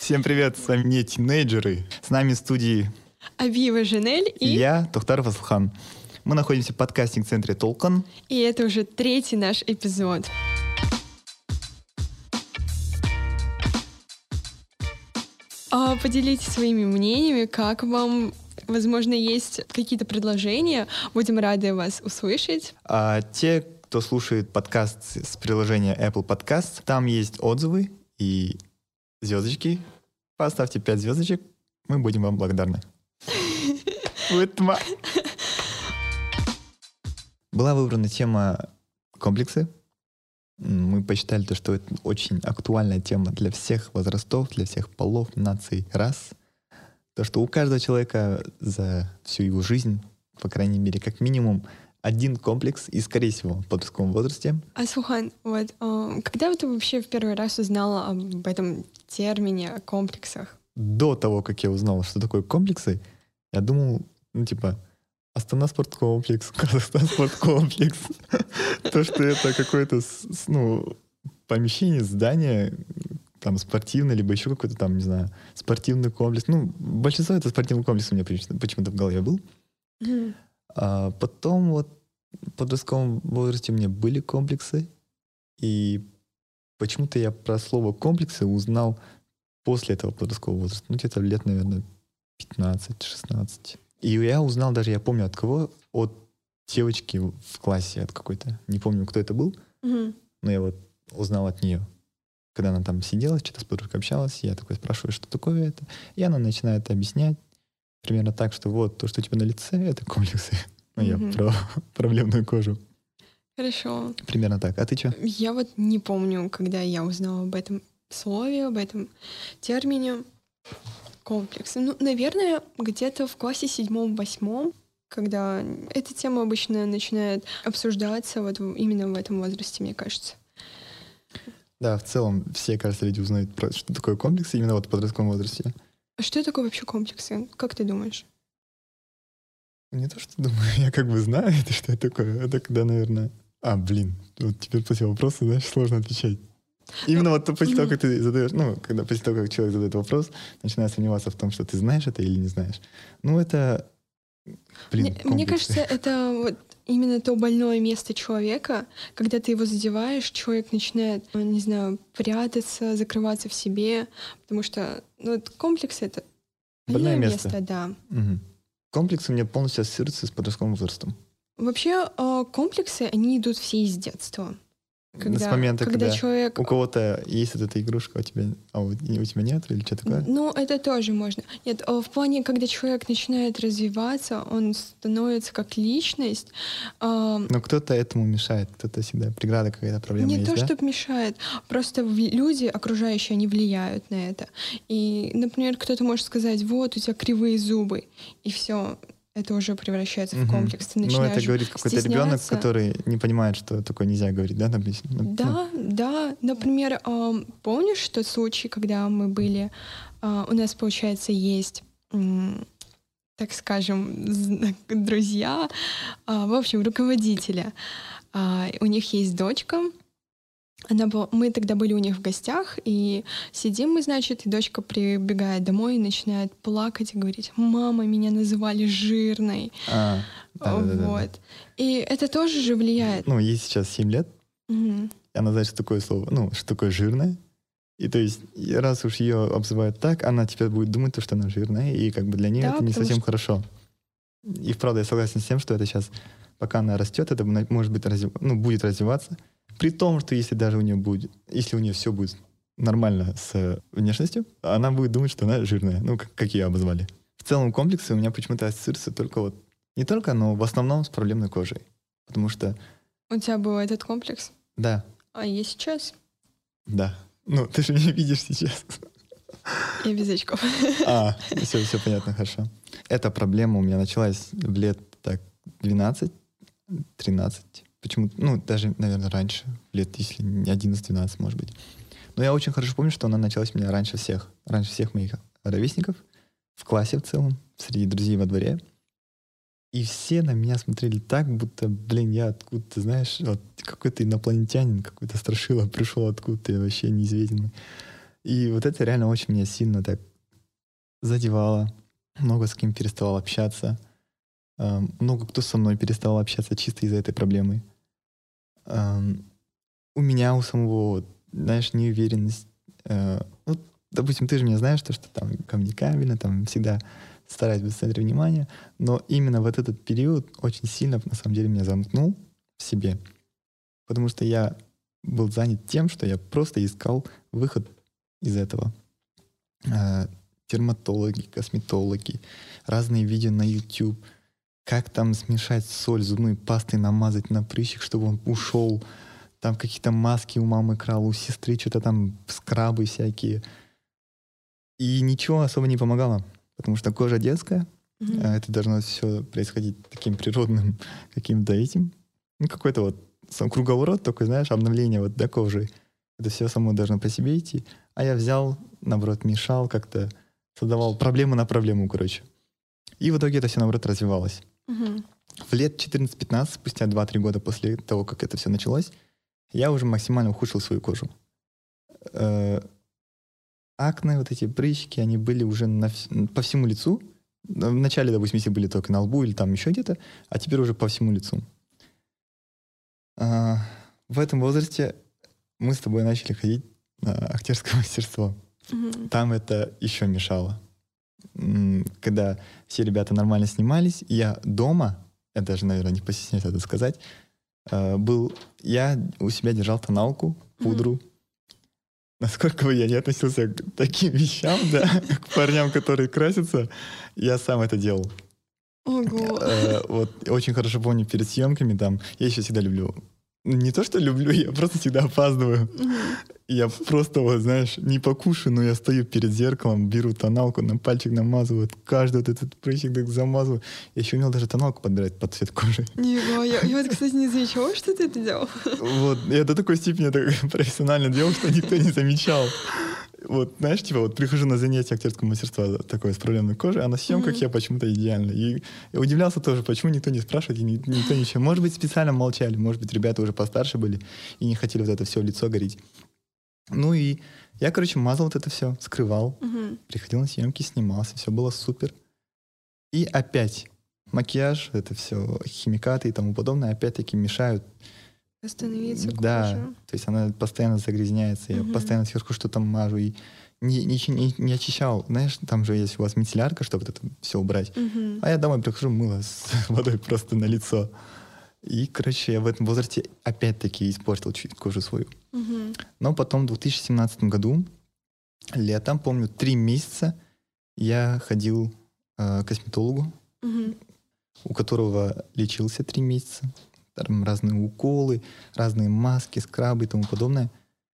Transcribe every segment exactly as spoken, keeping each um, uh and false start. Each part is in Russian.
Всем привет, с вами не тинейджеры. С нами в студии Авива Жанель и... и я, Тохтаров Асылхан. Мы находимся в подкастинг-центре Толкан. И это уже третий наш эпизод. А, поделитесь своими мнениями, как вам... Возможно, есть какие-то предложения. Будем рады вас услышать. А те, кто слушает подкаст с приложения Apple Podcast, там есть отзывы и звездочки. Поставьте пять звездочек, мы будем вам благодарны. Была выбрана тема комплексы. Мы посчитали, то, что это очень актуальная тема для всех возрастов, для всех полов, наций, рас. То, что у каждого человека за всю его жизнь, по крайней мере, как минимум, один комплекс, и, скорее всего, в подростковом возрасте. Асылхан, вот, э, когда ты вообще в первый раз узнала об этом термине, о комплексах? До того, как я узнал, что такое комплексы, я думал, ну, типа, Астана спорткомплекс, Казахстан спорткомплекс. То, что это какое-то, ну, помещение, здание, там, спортивное, либо еще какой-то там, не знаю, спортивный комплекс. Ну, большинство это спортивный комплекс у меня почему-то в голове был. Mm. А потом вот в подростковом возрасте у меня были комплексы, и почему-то я про слово комплексы узнал после этого подросткового возраста. Ну, где-то лет, наверное, пятнадцать-шестнадцать. И я узнал даже, я помню, от кого? От девочки в классе, от какой-то. Не помню, кто это был, Mm-hmm. но я вот узнал от нее. Когда она там сидела, что-то с подружкой общалась, я такой спрашиваю, что такое это. И она начинает объяснять примерно так, что вот то, что у тебя на лице, это комплексы. Ну, я Mm-hmm. про проблемную кожу. Хорошо. Примерно так. А ты что? Я вот не помню, когда я узнала об этом слове, об этом термине комплексы. Ну, наверное, где-то в классе седьмом-восьмом, когда эта тема обычно начинает обсуждаться вот именно в этом возрасте, мне кажется. Да, в целом все, кажется, люди узнают, про, что такое комплексы именно вот в подростковом возрасте. А что такое вообще комплексы? Как ты думаешь? Не то, что думаю, я как бы знаю, это что это такое. Это когда, наверное... А, блин, вот теперь после вопроса, знаешь, сложно отвечать. Именно вот после того, как ты задаешь, ну, когда после того, как человек задает вопрос, начинает сомневаться в том, что ты знаешь это или не знаешь. Ну, это... Блин, мне, мне кажется, это вот именно то больное место человека, когда ты его задеваешь, человек начинает, не знаю, прятаться, закрываться в себе, потому что ну, вот комплекс — это больное место. место, да. Угу. Комплексы у меня полностью ассоциируются с подростковым возрастом. Вообще комплексы, они идут все из детства. Когда, с момента, когда, когда человек... у кого-то есть вот эта игрушка, а у тебя, а у, у тебя нет, или что такое? Ну, это тоже можно. Нет, в плане, когда человек начинает развиваться, он становится как личность. Э... Но кто-то этому мешает, кто-то всегда, преграда какая-то, проблема Не есть, то, да? чтобы мешает, просто люди окружающие, они влияют на это. И, например, кто-то может сказать, вот, у тебя кривые зубы, и все. Это уже превращается в комплекс. Ты начинаешь Ну, это говорит какой-то ребенок, который не понимает, что такое нельзя говорить, да? Допустим? Да, ну. да. Например, э, помнишь тот случай, когда мы были... Э, у нас, получается, есть, э, так скажем, друзья, э, в общем, руководители. Э, у них есть дочка. Она была, мы тогда были у них в гостях, и сидим мы, значит, и дочка прибегает домой и начинает плакать и говорить: «Мама, меня называли жирной». А, да, вот. да, да, да. И это тоже же влияет. Ну, ей сейчас семь лет, угу. Она знает, что такое слово, ну, что такое жирное. И то есть, раз уж ее обзывают так, она теперь будет думать, что она жирная, и как бы для нее да, это не совсем что... хорошо. И вправду я согласен с тем, что это сейчас, пока она растет, это может быть развив... ну, будет развиваться. При том, что если даже у нее будет, если у нее все будет нормально с внешностью, она будет думать, что она жирная, ну, как, как ее обозвали. В целом комплексы у меня почему-то ассоциируются только вот, не только, но в основном с проблемной кожей. Потому что... У тебя был этот комплекс? Да. А есть сейчас? Да. Ну, ты же меня видишь сейчас. Я без очков. А, все, все понятно, хорошо. Эта проблема у меня началась в лет так двенадцать-тринадцать. Почему? Ну, даже, наверное, раньше, лет, если не одиннадцать-двенадцать, может быть. Но я очень хорошо помню, что она началась у меня раньше всех. Раньше всех моих ровесников. В классе в целом, среди друзей во дворе. И все на меня смотрели так, будто, блин, я откуда-то, знаешь, вот какой-то инопланетянин, какой-то страшила пришел откуда-то, я вообще неизвестный. И вот это реально очень меня сильно так задевало. Много с кем перестал общаться. Эм, Много кто со мной перестал общаться чисто из-за этой проблемы. Эм, У меня у самого, вот, знаешь, неуверенность. Э, Вот, допустим, ты же меня знаешь, то, что там коммуникабельно, там всегда стараюсь быть в центре внимания. Но именно вот этот период очень сильно, на самом деле, меня замкнул в себе. Потому что я был занят тем, что я просто искал выход из этого. Э, Дерматологи, косметологи, разные видео на YouTube, как там смешать соль с зубной пастой, намазать на прыщик, чтобы он ушел. Там какие-то маски у мамы крал, у сестры что-то там скрабы всякие. И ничего особо не помогало, потому что кожа детская, Мгм. а это должно все происходить таким природным каким-то этим. Ну, какой-то вот сам круговорот такой, знаешь, обновление вот до кожи. Это все само должно по себе идти. А я взял, наоборот, мешал как-то, создавал проблему на проблему, короче. И в итоге это все, наоборот, развивалось. Мгм. В лет четырнадцать-пятнадцать, спустя два-три года после того, как это все началось, я уже максимально ухудшил свою кожу. Э, Акне, вот эти прыщики, они были уже на вс- по всему лицу. Вначале, допустим, если были только на лбу или там еще где-то, а теперь уже по всему лицу. А, В этом возрасте мы с тобой начали ходить на актерское мастерство. Мгм. Там это еще мешало. М, Когда все ребята нормально снимались, я дома, я даже, наверное, не постесняюсь это сказать, э, был, я у себя держал тоналку, пудру. Насколько бы я не относился к таким вещам, да, к парням, которые красятся, я сам это делал. Ого. Э, Вот очень хорошо помню перед съемками там, я еще всегда люблю, не то что люблю, я просто всегда опаздываю. Мгм. Я просто, вот, знаешь, не покушаю, но я стою перед зеркалом, беру тоналку, на пальчик намазываю, вот каждый вот этот прыщик так замазываю. Я еще умел даже тоналку подбирать под цвет кожи. Нифига, я, я вот, кстати, не замечала, что ты это делал. Вот, я до такой степени это профессионально делал, что никто не замечал. Вот, знаешь, типа, вот прихожу на занятия актерского мастерства такое с проблемной кожей, а на съемках Мгм. я почему-то идеально. И я удивлялся тоже, почему никто не спрашивает, и ни- никто ничего. Может быть, специально молчали, может быть, ребята уже постарше были и не хотели вот это все в лицо гореть. Ну и я, короче, мазал вот это все, скрывал, Мгм. приходил на съемки, снимался, все было супер. И опять макияж, это все химикаты и тому подобное, опять-таки мешают. Остановиться Да, кожа. то есть она постоянно загрязняется, я Мгм. постоянно сверху что-то мажу и не, ничего не, не очищал. Знаешь, там же есть у вас мицеллярка, чтобы вот это все убрать. Мгм. А я домой прихожу, мыло с водой просто на лицо. И, короче, я в этом возрасте опять-таки испортил чуть кожу свою. Мгм. Но потом в две тысячи семнадцатом году, летом, помню, три месяца я ходил э, к косметологу, Мгм. у которого лечился три месяца. Там разные уколы, разные маски, скрабы и тому подобное.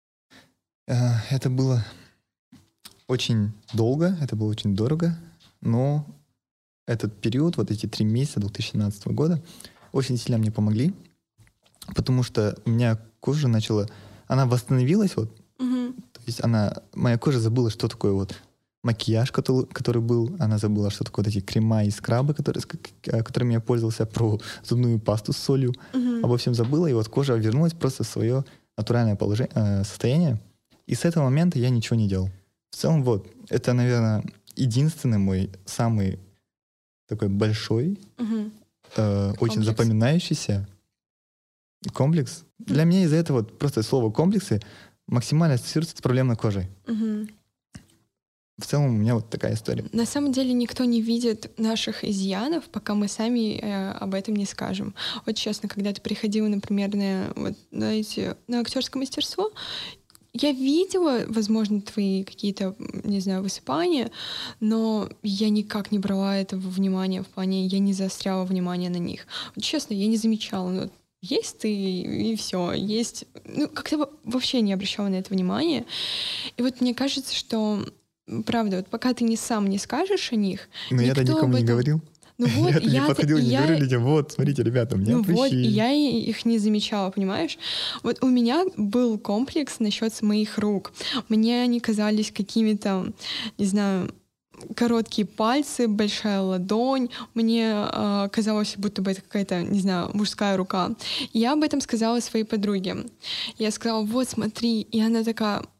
Э, Это было очень долго, это было очень дорого, но этот период, вот эти три месяца две тысячи семнадцатого года, очень сильно мне помогли, потому что у меня кожа начала, она восстановилась, вот, Мгм. то есть она, моя кожа забыла, что такое вот макияж, который, который был, она забыла, что такое вот эти крема и скрабы, которые, с ка- ка- которыми я пользовался, про зубную пасту с солью, Мгм. обо всем забыла, и вот кожа вернулась просто в свое натуральное положение, э, состояние, и с этого момента я ничего не делал. В целом, вот, это, наверное, единственный мой самый такой большой, Мгм. э, очень Комплекс. запоминающийся комплекс. Для меня из-за этого вот просто слово комплексы максимально ассоциируется с проблемной кожей. Мгм. В целом у меня вот такая история. На самом деле никто не видит наших изъянов, пока мы сами э, об этом не скажем. Вот честно, когда ты приходила, например, на, вот, на, эти, на актерское мастерство, я видела, возможно, твои какие-то, м, не знаю, высыпания, но я никак не брала этого внимания в плане, я не заостряла внимание на них. Вот честно, я не замечала. Ну, вот есть ты, и все. Есть... Ну, как-то во- вообще не обращала на это внимания. И вот мне кажется, что, м, правда, вот пока ты не сам не скажешь о них, Но я-то никто никому об не этом... говорил. Ну вот, Я-то не я-то- подходил и не я- говорил людям, вот, смотрите, ребята, у меня ну вот, и прыщи. я и- их не замечала, понимаешь? Вот у меня был комплекс насчет моих рук. Мне они казались какими-то, не знаю, короткие пальцы, большая ладонь. Мне э, казалось, будто бы это какая-то, не знаю, мужская рука. Я об этом сказала своей подруге. Я сказала, вот, смотри. И она такая,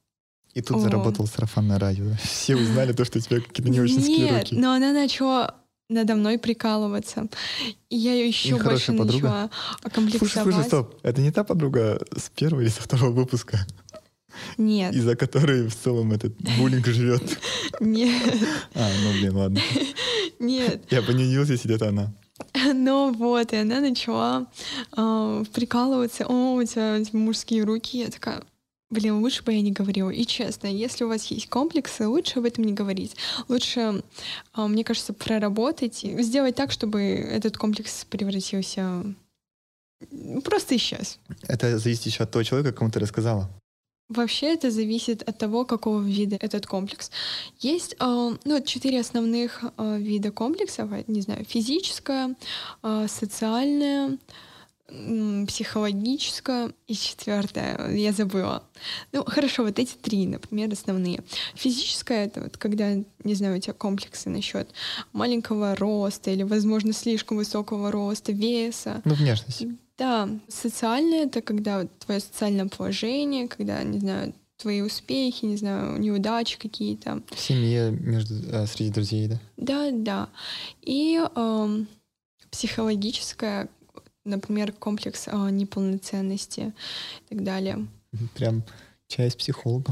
И тут О. заработал сарафанное радио. Да? Все узнали то, что у тебя какие-то неученские Нет, руки. но она начала надо мной прикалываться. И я ее еще больше Нехорошая подруга? начала комплексовать. Слушай, слушай, стоп. Это не та подруга с первого или со второго выпуска, Нет, из-за которой в целом этот буллинг живет. нет, А, ну блин, ладно. нет. Я бы не удивился, если это она. Ну вот, и она начала э, прикалываться. О, у тебя эти мужские руки. Я такая, блин, лучше бы я не говорила. И честно, если у вас есть комплексы, лучше об этом не говорить. Лучше, э, мне кажется, проработать, и сделать так, чтобы этот комплекс превратился... Просто исчез. Это зависит еще от того человека, кому ты рассказала. Вообще это зависит от того, какого вида этот комплекс. Есть э, ну, четыре основных э, вида комплексов. Не знаю, физическое, э, социальное, м, психологическое и четвертое. Я забыла. Ну, хорошо, вот эти три, например, основные. Физическое — это вот когда, не знаю, у тебя комплексы насчет маленького роста или, возможно, слишком высокого роста, веса. Ну, внешность. Да, социальное — это когда вот твое социальное положение, когда, не знаю, твои успехи, не знаю, неудачи какие-то. В семье, между, э, среди друзей, да? Да, да. И эм, психологическое, например, комплекс э, неполноценности и так далее. Прям чай с психологом.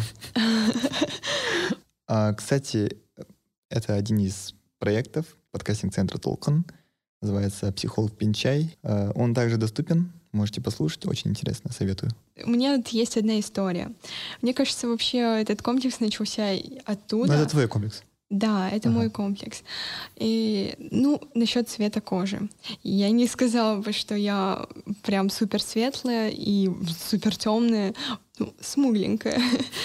А, кстати, это один из проектов подкастинг-центра Толкан. Называется «Психолог Пинчай». А, он также доступен. Можете послушать. Очень интересно. Советую. У меня вот есть одна история. Мне кажется, вообще этот комплекс начался оттуда. Ну, это твой комплекс. Да, это Ага. мой комплекс. И, ну, насчет цвета кожи. Я не сказала бы, что я прям супер светлая и супер темная, ну, смугленькая.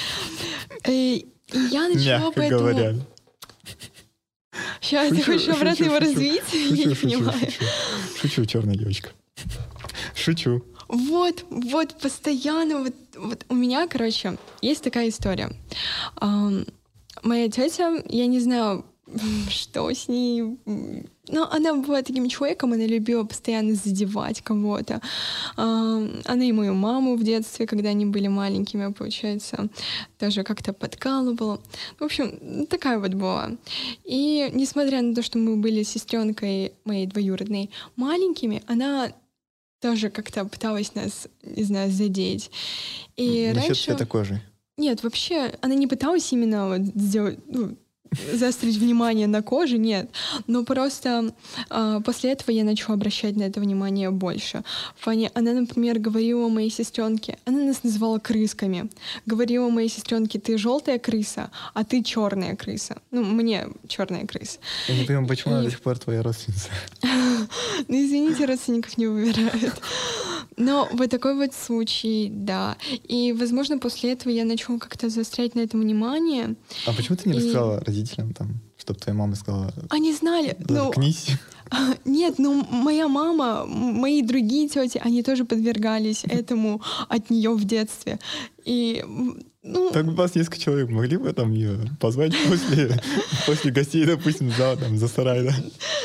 И я начала Мягко поэтому... говоря. Сейчас ты Шучу, хочешь обратно шучу, его шучу. развить? Я Шучу, не шучу, понимаю. шучу. Шучу, черная девочка. Шучу. Вот, вот, постоянно, вот, вот у меня, короче, есть такая история. Ам, моя тетя, я не знаю, что с ней, но она была таким человеком, она любила постоянно задевать кого-то. Ам, она и мою маму в детстве, когда они были маленькими, получается, тоже как-то подкалывала. В общем, такая вот была. И несмотря на то, что мы были с сестренкой моей двоюродной маленькими, она тоже как-то пыталась нас, не знаю, задеть. И Насчет раньше... цвета кожи. Нет, вообще, она не пыталась именно вот сделать, ну, заострить внимание на коже, нет. Но просто э, после этого я начала обращать на это внимание больше. В плане, она, например, говорила моей сестренке, она нас называла крысками. Говорила моей сестренке: ты желтая крыса, а ты черная крыса. Ну, мне черная крыса. Я не понимаю, почему она И- до сих пор твоя родственница. Ну, извините, родственников не выбирают. Но вот такой вот случай, да. И, возможно, после этого я начала как-то заострять на этом внимание. А почему ты не И- рассказала родителям, там, чтобы твоя мама сказала, Они знали, ну, заткнись? нет, ну, моя мама, м- мои другие тети, они тоже подвергались этому от нее в детстве. И, м, ну, Так вас несколько человек, могли бы там ее позвать после, после гостей, допустим, за, там, за сарай, да?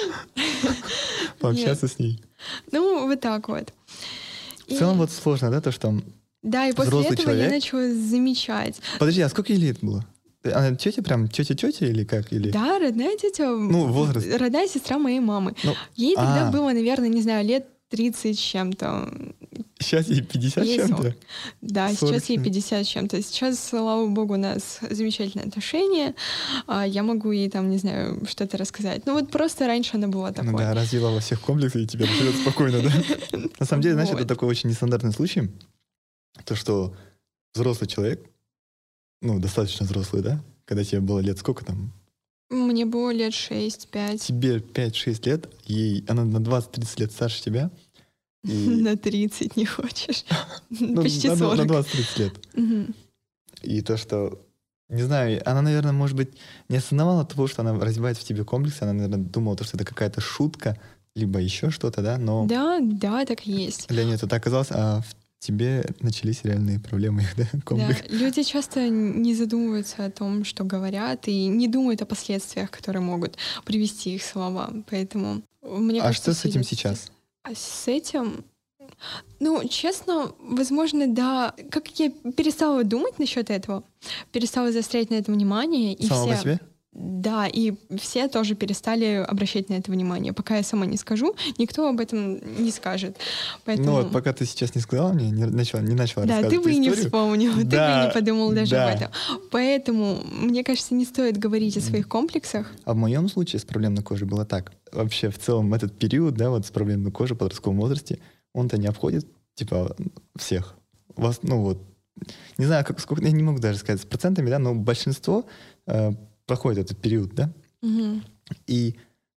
Пообщаться с ней. ну, вот так вот. В целом вот сложно, да, то, что... Да, и после взрослый этого я человек- начала замечать. Подожди, а сколько ей лет было? Она тетя прям, тетя-тетя или как? Или... Да, родная тетя, Ну, возраст. родная сестра моей мамы. Ну, Ей тогда а. было, наверное, не знаю, лет тридцать с чем-то. сейчас ей пятьдесят Ей чем-то? сорок. Да, сорок сейчас ей чем. пятьдесят с чем-то. Сейчас, слава богу, у нас замечательные отношения. А, Я могу ей там, не знаю, что-то рассказать. Ну вот просто раньше она была такой. Ну да, развила во всех комплексах и теперь живет спокойно, да? На самом деле, знаешь, это Вот. такой очень нестандартный случай. То, что взрослый человек, ну, достаточно взрослый, да? Когда тебе было лет сколько там? Мне было лет шесть-пять. Тебе пять-шесть лет, ей она на двадцать-тридцать лет старше тебя. И, На тридцать не хочешь. ну, Почти на, на сорок. двадцать-тридцать лет. Мгм. И то, что, не знаю, она, наверное, может быть, не осознавала того, что она развивает в тебе комплекс. Она, наверное, думала, то, что это какая-то шутка, либо еще что-то, да? Но Да, да, так и есть. для нее это так оказалось, а в тебе начались реальные проблемы, да? Да, Комплекс. люди часто не задумываются о том, что говорят, и не думают о последствиях, которые могут привести их слова. Поэтому мне А кажется, что с этим все- сейчас? А с этим, Ну, честно, возможно, да. Как я перестала думать насчет этого, перестала заострять на это внимание. И Сама все... по себе? Да, и все тоже перестали обращать на это внимание. Пока я сама не скажу, никто об этом не скажет. Поэтому... Ну вот, пока ты сейчас не сказала мне, не начала, не начала да, рассказывать ты бы и не историю. вспомнил, Да, ты бы и не подумал даже да. об этом. Поэтому, мне кажется, не стоит говорить о своих комплексах. А в моем случае с проблемной кожей было так. Вообще, в целом, этот период, да, вот с проблемной кожей в подростковом возрасте, он-то не обходит, типа, всех. Вас, ну вот, не знаю, как, сколько, я не могу даже сказать с процентами, да, но большинство э, проходит этот период, да, Угу. и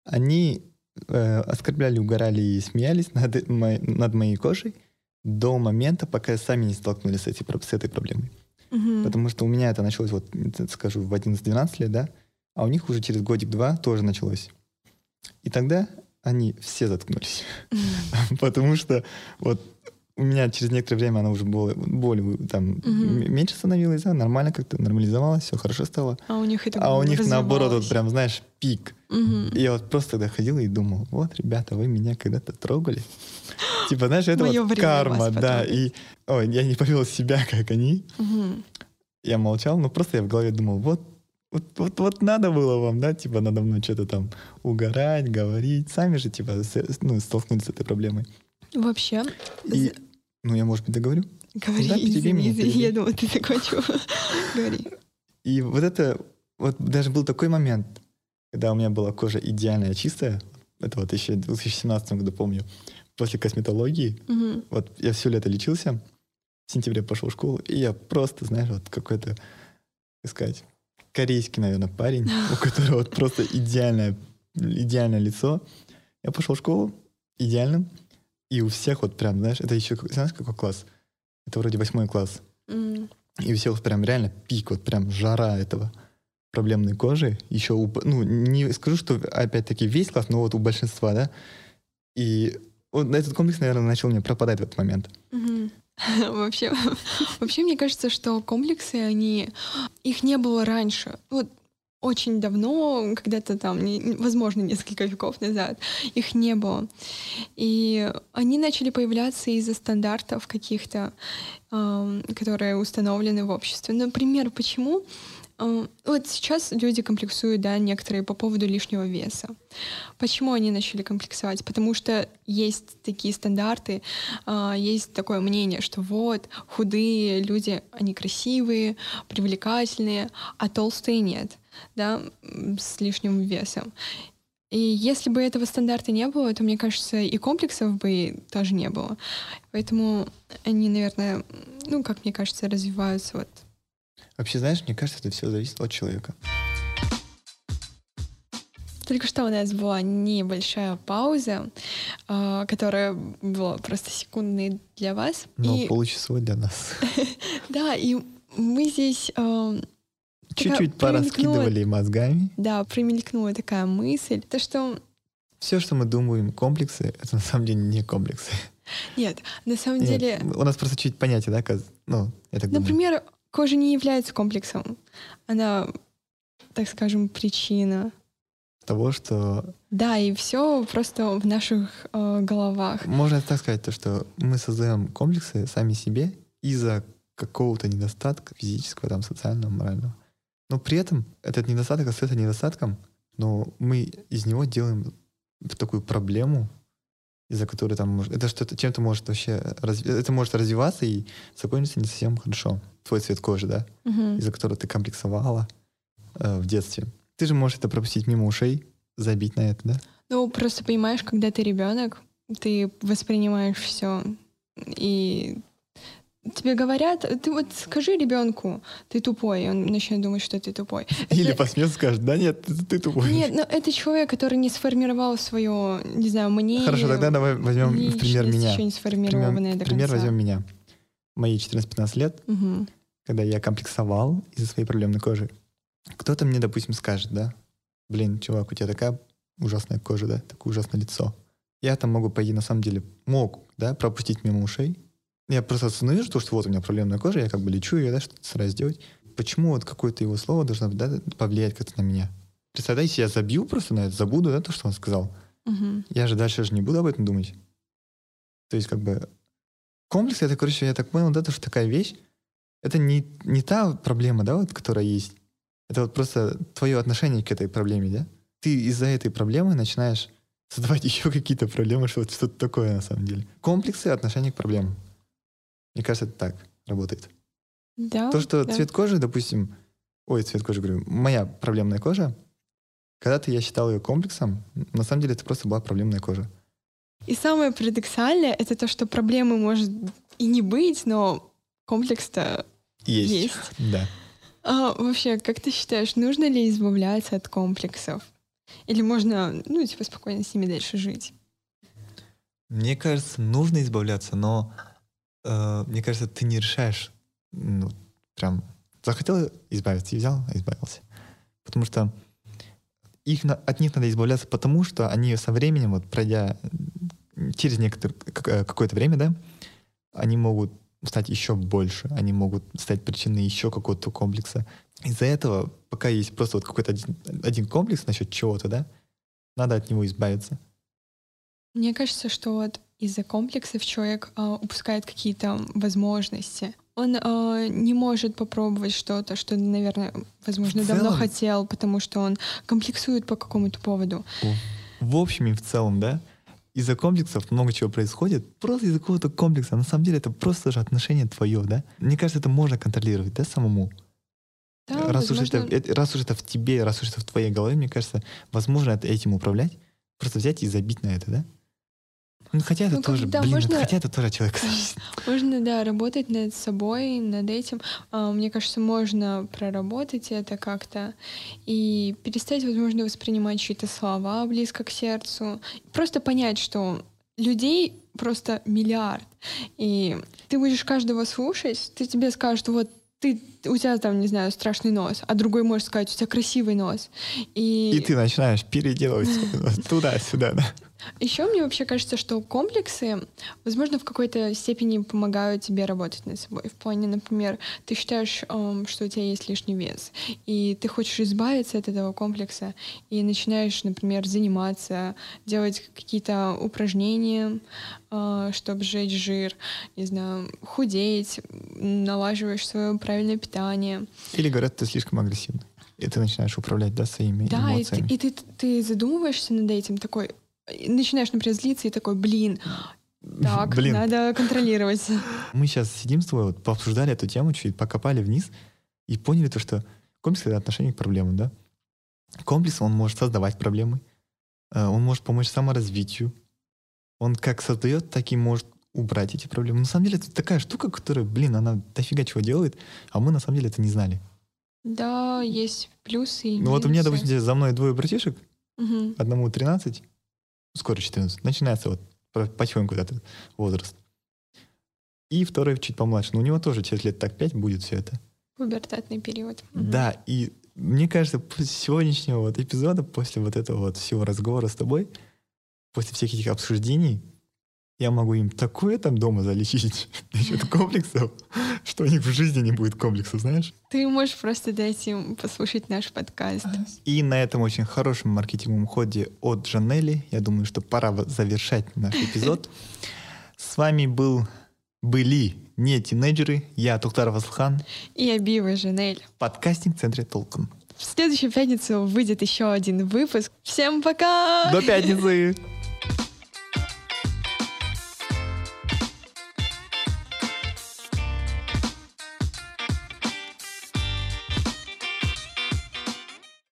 они э, оскорбляли, угорали и смеялись над, мо- над моей кожей до момента, пока сами не столкнулись с, этой, про- с этой проблемой. Угу. Потому что у меня это началось, вот, скажу, в одиннадцать-двенадцать лет, да, а у них уже через годик-два тоже началось. И тогда они все заткнулись. Потому что вот у меня через некоторое время она уже более, более там, Мгм. м- меньше становилась, да, нормально как-то нормализовалась, все хорошо стало. А у них это А у них наоборот, вот развивалось. прям, знаешь, пик. Мгм. И я вот просто тогда ходил и думал, вот, ребята, вы меня когда-то трогали. Типа, знаешь, это Моё вот время карма, вас да. потрогать. И ой, я не повел себя, как они. Мгм. Я молчал, но просто я в голове думал, вот, вот, вот, вот надо было вам, да, типа, надо мной что-то там угорать, говорить. Сами же, типа, с- ну, столкнулись с этой проблемой. Вообще, И, ну, я, может быть, договорю? говори, Да, перебей извини, меня, извини, перебей. я думала, ты закончил. Говори. И вот это, вот даже был такой момент, когда у меня была кожа идеальная, чистая. Это вот еще в две тысячи семнадцатом году, помню, после косметологии. Мгм. Вот я все лето лечился, в сентябре пошел в школу, и я просто, знаешь, вот какой-то, как сказать, корейский, наверное, парень, у которого вот просто идеальное, идеальное лицо. Я пошел в школу идеальным, и у всех вот прям, знаешь, это еще, знаешь, какой класс? Это вроде восьмой класс. М. И у всех вот прям реально пик, вот прям жара этого проблемной кожи. Еще, у, б- ну, не скажу, что опять-таки весь класс, но вот у большинства, да. И вот этот комплекс, наверное, начал мне пропадать в этот момент. Мгм. Вообще, вообще, мне кажется, что комплексы, они... Их не было раньше. Вот очень давно, когда-то там, не- не- возможно, несколько веков назад, их не было. И они начали появляться из-за стандартов каких-то, ам, которые установлены в обществе. Например, почему? Ам, Вот сейчас люди комплексуют, да, некоторые по поводу лишнего веса. Почему они начали комплексовать? Потому что есть такие стандарты, а, есть такое мнение, что вот худые люди, они красивые, привлекательные, а толстые нет, да, м, с лишним весом. И если бы этого стандарта не было, то, мне кажется, и комплексов бы тоже не было. Поэтому они, наверное, ну, как мне кажется, развиваются вот. Вообще, знаешь, мне кажется, это все зависит от человека. Только что у нас была небольшая пауза, а, которая была просто секундной для вас. Но И получасовой для нас. да, и мы здесь ам, такая Чуть-чуть промелькнула- пораскидывали мозгами. Да, примелькнула такая мысль, то что Все, что мы думаем, комплексы, это на самом деле не комплексы. нет, на самом Нет, деле, у нас просто чуть понятие, да, каз- ну, я так думаю. например, кожа не является комплексом. Она, так скажем, причина. Того, что Да, и все просто в наших э, головах. можно так сказать, то, что мы создаем комплексы сами себе из-за какого-то недостатка физического, там, социального, морального. Но при этом этот недостаток остается недостатком, но мы из него делаем такую проблему, из-за которой там может, это что-то чем-то может вообще разви- это может развиваться и закончиться не совсем хорошо. Твой цвет кожи, да, Мгм. из-за которого ты комплексовала э, в детстве. Ты же можешь это пропустить мимо ушей, забить на это, да? Ну, просто понимаешь, когда ты ребенок, ты воспринимаешь все. И тебе говорят, ты вот скажи ребенку, ты тупой, и он начнет думать, что ты тупой. Или Это- посмеется, скажет, да нет, ты, ты тупой. Нет, но это человек, который не сформировал свое, не знаю, мнение. Хорошо, тогда давай возьмем в пример личность меня. еще не сформированная Пример, до пример конца. возьмем меня. Мои четырнадцать-пятнадцать лет, Мгм. когда я комплексовал из-за своей проблемной кожи. Кто-то мне, допустим, скажет, да, блин, чувак, у тебя такая ужасная кожа, да, такое ужасное лицо. Я там могу, по идее, на самом деле, мог, да, пропустить мимо ушей. Я просто осознаю, что, что вот у меня проблемная кожа, я как бы лечу ее, да, что-то стараюсь сделать. Почему вот какое-то его слово должно, да, повлиять как-то на меня? Представляете, я забью просто на это, забуду, да, то, что он сказал. Мгм. Я же дальше же не буду об этом думать. То есть, как бы, Комплекс, это, короче, я так понял, да, это что такая вещь, это не, не та проблема, да, вот, которая есть. Это вот просто твое отношение к этой проблеме, да? Ты из-за этой проблемы начинаешь создавать еще какие-то проблемы, что вот что-то такое на самом деле. Комплексы, отношение к проблемам. Мне кажется, это так работает. Да, То, что да. цвет кожи, допустим, ой, цвет кожи, говорю, моя проблемная кожа, когда-то я считал ее комплексом, на самом деле это просто была проблемная кожа. И самое парадоксальное — это то, что проблемы может и не быть, но комплекс-то Есть. есть. Да. А, вообще, как ты считаешь, нужно ли избавляться от комплексов? Или можно, ну, типа, спокойно с ними дальше жить? Мне кажется, нужно избавляться, но э, мне кажется, ты не решаешь, ну, прям захотел избавиться, и взял, избавился. Потому что их, на- от них надо избавляться, потому что они со временем, вот пройдя через некоторое, как- какое-то время, да, они могут стать еще больше, они могут стать причиной еще какого-то комплекса. Из-за этого, пока есть просто вот какой-то один, один комплекс насчет чего-то, да, надо от него избавиться. Мне кажется, что вот из-за комплексов человек а, упускает какие-то возможности. Он а, не может попробовать что-то, что, наверное, возможно, В давно целом- хотел, потому что он комплексует по какому-то поводу. В общем и в целом, да, из-за комплексов много чего происходит, просто из-за какого-то комплекса. На самом деле это просто же отношение твое, да. Мне кажется, это можно контролировать, да, самому. Да, раз, уж возможно, это, это- раз уж это в тебе, раз уж это в твоей голове, мне кажется, возможно это этим управлять. Просто взять и забить на это, да? Ну, хотя это Ну, тоже, когда блин, можно- это- хотя это тоже человек зависит. можно, да, работать над собой, над этим. А, Мне кажется, можно проработать это как-то и перестать, возможно, воспринимать чьи-то слова близко к сердцу. Просто понять, что людей просто миллиард. И ты будешь каждого слушать, ты тебе скажут, вот ты, у тебя там, не знаю, страшный нос, а другой может сказать, у тебя красивый нос. И, И ты начинаешь переделывать туда-сюда, да. еще мне вообще кажется, что комплексы, возможно, в какой-то степени помогают тебе работать над собой. В плане, например, ты считаешь, эм, что у тебя есть лишний вес, и ты хочешь избавиться от этого комплекса, и начинаешь, например, заниматься, делать какие-то упражнения, э, чтобы сжечь жир, не знаю, худеть, налаживаешь свое правильное питание. Или говорят, ты слишком агрессивный. И ты начинаешь управлять, да, своими Да, и, ты, эмоциями. и ты, ты задумываешься над этим, такой, и начинаешь, например, злиться, и такой, блин, так, Блин. надо контролировать. Мы сейчас сидим с тобой, вот, пообсуждали эту тему, чуть покопали вниз и поняли то, что комплекс — это отношение к проблемам, да? Комплекс, он может создавать проблемы, э, он может помочь саморазвитию, он как создает, так и может убрать эти проблемы. На самом деле это такая штука, которая, блин, она дофига чего делает, а мы на самом деле это не знали. Да, есть плюсы и Ну вот у меня, минусы. допустим, за мной двое братишек, Мгм. одному тринадцать, скоро четырнадцать, начинается вот по- потихоньку этот возраст. И второй чуть помладше, но у него тоже через лет так пять будет все это. Пубертатный период. Мгм. Да, и мне кажется, после сегодняшнего вот эпизода, после вот этого вот всего разговора с тобой, после всех этих обсуждений, я могу им такое там дома залечить насчет комплексов, что у них в жизни не будет комплексов, знаешь? Ты можешь просто дать им послушать наш подкаст. И на этом очень хорошем маркетинговом ходе от Жанели, я думаю, что пора в- завершать наш эпизод. С вами был, были не тинейджеры, я Тухтаров Асылхан, И Абиева Жанель. в подкастинг-центре Толкан. В следующую пятницу выйдет еще один выпуск. Всем пока! До пятницы!